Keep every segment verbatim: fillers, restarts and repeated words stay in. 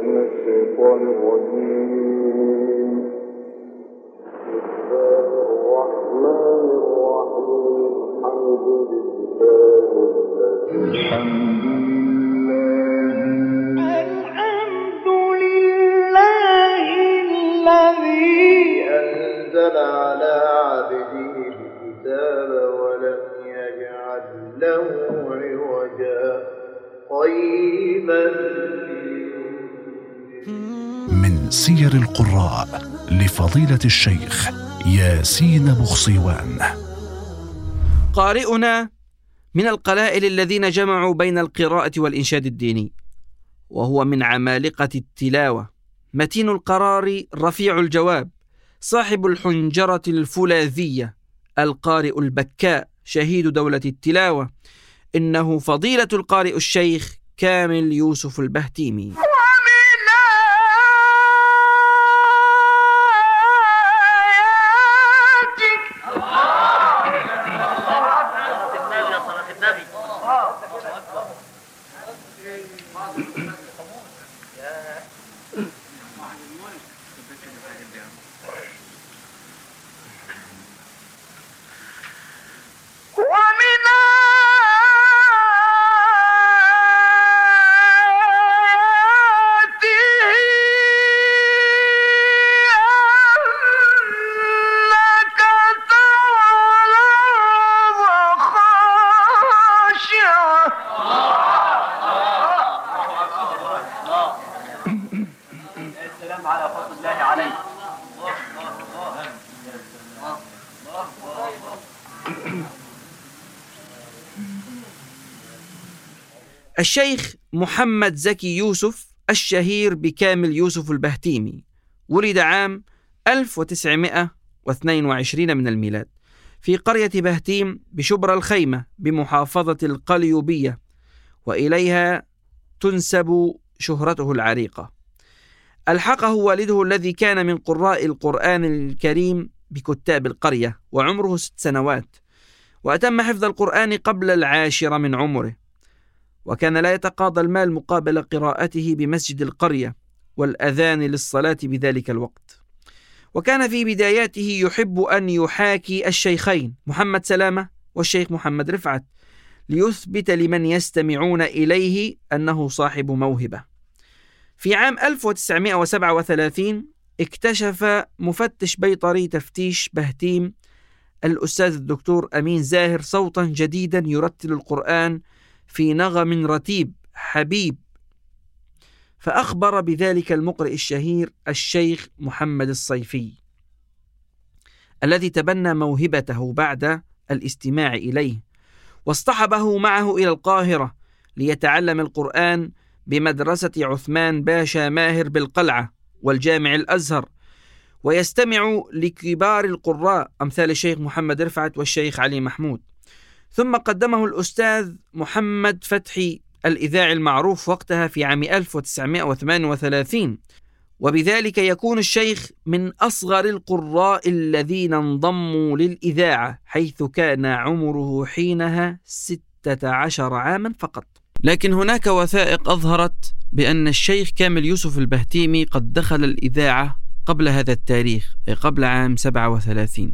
من الشيطان الرجيم. بسم الله الرحمن الرحيم. الحمد لله الحمد لله الذي أنزل على عبده الكتاب ولم يجعل له عوجا قيما. من سير القراء لفضيلة الشيخ ياسين بخصيوان. قارئنا من القلائل الذين جمعوا بين القراءة والإنشاد الديني، وهو من عمالقة التلاوة، متين القرار رفيع الجواب، صاحب الحنجرة الفولاذية، القارئ البكاء، شهيد دولة التلاوة، إنه فضيلة القارئ الشيخ كامل يوسف البهتيمي. الشيخ محمد زكي يوسف الشهير بكامل يوسف البهتيمي ولد عام ألف وتسعمائة واثنين وعشرين من الميلاد في قرية بهتيم بشبرا الخيمة بمحافظة القليوبية، وإليها تنسب شهرته العريقة. ألحقه والده الذي كان من قراء القرآن الكريم بكتاب القرية وعمره ست سنوات، وأتم حفظ القرآن قبل العاشرة من عمره، وكان لا يتقاضى المال مقابل قراءته بمسجد القرية والأذان للصلاة بذلك الوقت. وكان في بداياته يحب أن يحاكي الشيخين محمد سلامة والشيخ محمد رفعت ليثبت لمن يستمعون إليه أنه صاحب موهبة. في عام ألف وتسعمائة وسبعة وثلاثين اكتشف مفتش بيطري تفتيش بهتيم الأستاذ الدكتور أمين زاهر صوتا جديدا يرتل القرآن في نغم رتيب حبيب، فأخبر بذلك المقرئ الشهير الشيخ محمد الصيفي الذي تبنى موهبته بعد الاستماع إليه، واصطحبه معه إلى القاهرة ليتعلم القرآن بمدرسة عثمان باشا ماهر بالقلعة والجامع الأزهر، ويستمع لكبار القراء أمثال الشيخ محمد رفعت والشيخ علي محمود. ثم قدمه الأستاذ محمد فتحي الإذاعي المعروف وقتها في عام ألف وتسعمائة وثمانية وثلاثين، وبذلك يكون الشيخ من أصغر القراء الذين انضموا للإذاعة، حيث كان عمره حينها ستة عشر عاما فقط. لكن هناك وثائق أظهرت بأن الشيخ كامل يوسف البهتيمي قد دخل الإذاعة قبل هذا التاريخ، أي قبل عام سبعة وثلاثين.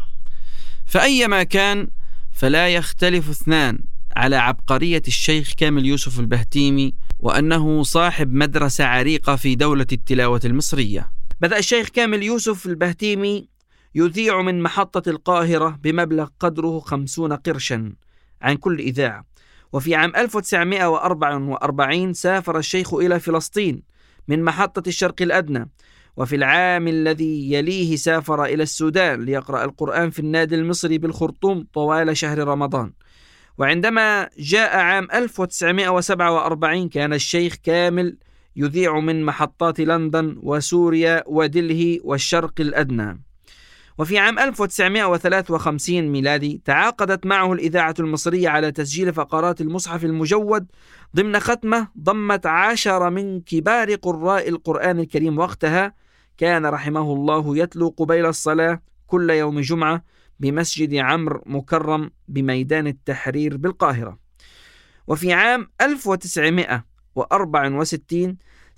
فأيما كان فلا يختلف اثنان على عبقرية الشيخ كامل يوسف البهتيمي، وأنه صاحب مدرسة عريقة في دولة التلاوة المصرية. بدأ الشيخ كامل يوسف البهتيمي يذيع من محطة القاهرة بمبلغ قدره خمسون قرشا عن كل إذاعة. وفي عام ألف وتسعمائة وأربعة وأربعين سافر الشيخ إلى فلسطين من محطة الشرق الأدنى، وفي العام الذي يليه سافر إلى السودان ليقرأ القرآن في النادي المصري بالخرطوم طوال شهر رمضان. وعندما جاء عام ألف وتسعمائة وسبعة وأربعين كان الشيخ كامل يذيع من محطات لندن وسوريا ودلهي والشرق الأدنى. وفي عام ألف وتسعمائة وثلاثة وخمسين ميلادي تعاقدت معه الإذاعة المصرية على تسجيل فقرات المصحف المجود ضمن ختمة ضمت عشرة من كبار قراء القرآن الكريم وقتها. كان رحمه الله يتلو قبيل الصلاة كل يوم جمعة بمسجد عمرو مكرم بميدان التحرير بالقاهرة. وفي عام ألف وتسعمائة وأربعة وستين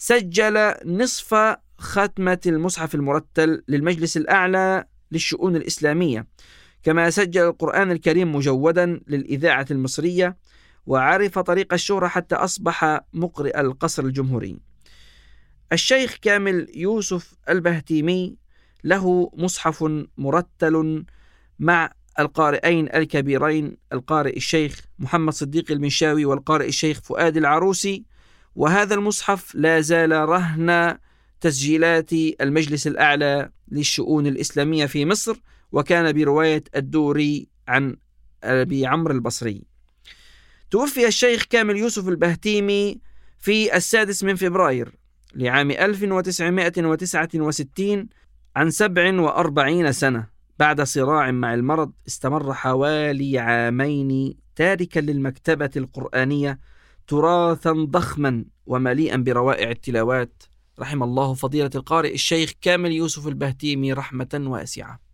سجل نصف ختمة المصحف المرتل للمجلس الأعلى للشؤون الإسلامية، كما سجل القرآن الكريم مجودا للإذاعة المصرية، وعرف طريق الشهرة حتى أصبح مقرئ القصر الجمهوري. الشيخ كامل يوسف البهتيمي له مصحف مرتل مع القارئين الكبيرين، القارئ الشيخ محمد صديق المنشاوي والقارئ الشيخ فؤاد العروسي، وهذا المصحف لا زال رهن تسجيلات المجلس الأعلى للشؤون الإسلامية في مصر، وكان برواية الدوري عن أبي عمرو البصري. توفي الشيخ كامل يوسف البهتيمي في السادس من فبراير لعام ألف وتسعمائة وتسعة وستين عن سبع وأربعين سنة بعد صراع مع المرض استمر حوالي عامين، تاركا للمكتبة القرآنية تراثا ضخما ومليئا بروائع التلاوات. رحم الله فضيلة القارئ الشيخ كامل يوسف البهتيمي رحمة واسعة.